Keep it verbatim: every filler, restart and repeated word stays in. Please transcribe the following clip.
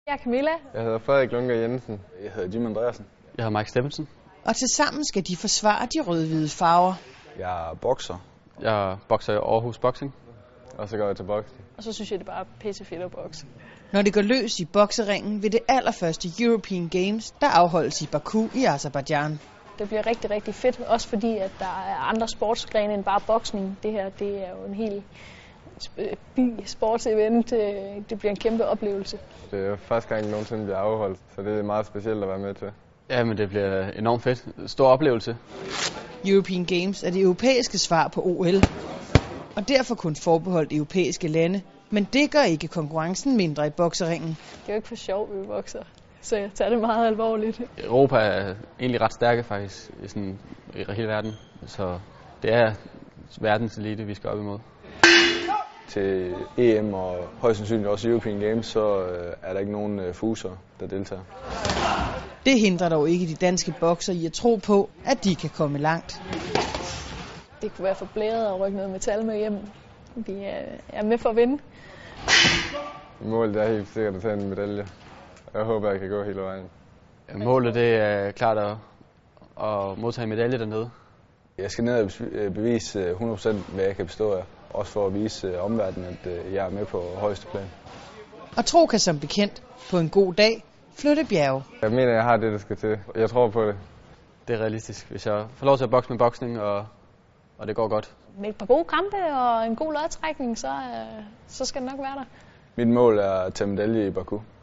Jeg er Camilla. Jeg hedder Frederik Lunker Jensen. Jeg hedder Jim Andreasen. Jeg hedder Mike Stemmensen. Og tilsammen skal de forsvare de rød-hvide farver. Jeg er bokser. Jeg bokser i Aarhus Boxing. Og så går jeg til boksning. Og så synes jeg, det er bare pisse fedt at bokse. Når det går løs i bokseringen ved det allerførste European Games, der afholdes i Baku i Aserbajdsjan. Det bliver rigtig, rigtig fedt, også fordi at der er andre sportsgrene end bare boksning. Det her, det er jo en helt by sportsevent. Det bliver en kæmpe oplevelse. Det er jo første gang, det nogensinde bliver afholdt, så det er meget specielt at være med til. Ja, men det bliver enormt fedt. Stor oplevelse. European Games er det europæiske svar på O L, og derfor kun forbeholdt europæiske lande. Men det gør ikke konkurrencen mindre i bokseringen. Det er jo ikke for sjov, vi bokser, så jeg tager det meget alvorligt. Europa er egentlig ret stærke faktisk i, sådan, i hele verden, så det er verdens elite, vi skal op imod. Til E M og højst sandsynligt også European Games, så er der ikke nogen fuser, der deltager. Det hindrer dog ikke de danske bokser i at tro på, at de kan komme langt. Det kunne være for blæret at rykke noget metal med hjem. Vi er med for at vinde. Målet er helt sikkert at tage en medalje. Jeg håber, jeg kan gå hele vejen. Ja, målet det er klart at, at modtage en medalje dernede. Jeg skal ned og bevise hundrede procent, hvad jeg kan bestå af. Også for at vise omverdenen, at jeg er med på højeste plan. Og tro kan som bekendt på en god dag flytte bjerge. Jeg mener, jeg har det, der skal til. Jeg tror på det. Det er realistisk. Hvis jeg får lov til at bokse med boksning, og, og det går godt. Med et par gode kampe og en god lodtrækning, så, så skal det nok være der. Mit mål er at tage medalje i Baku.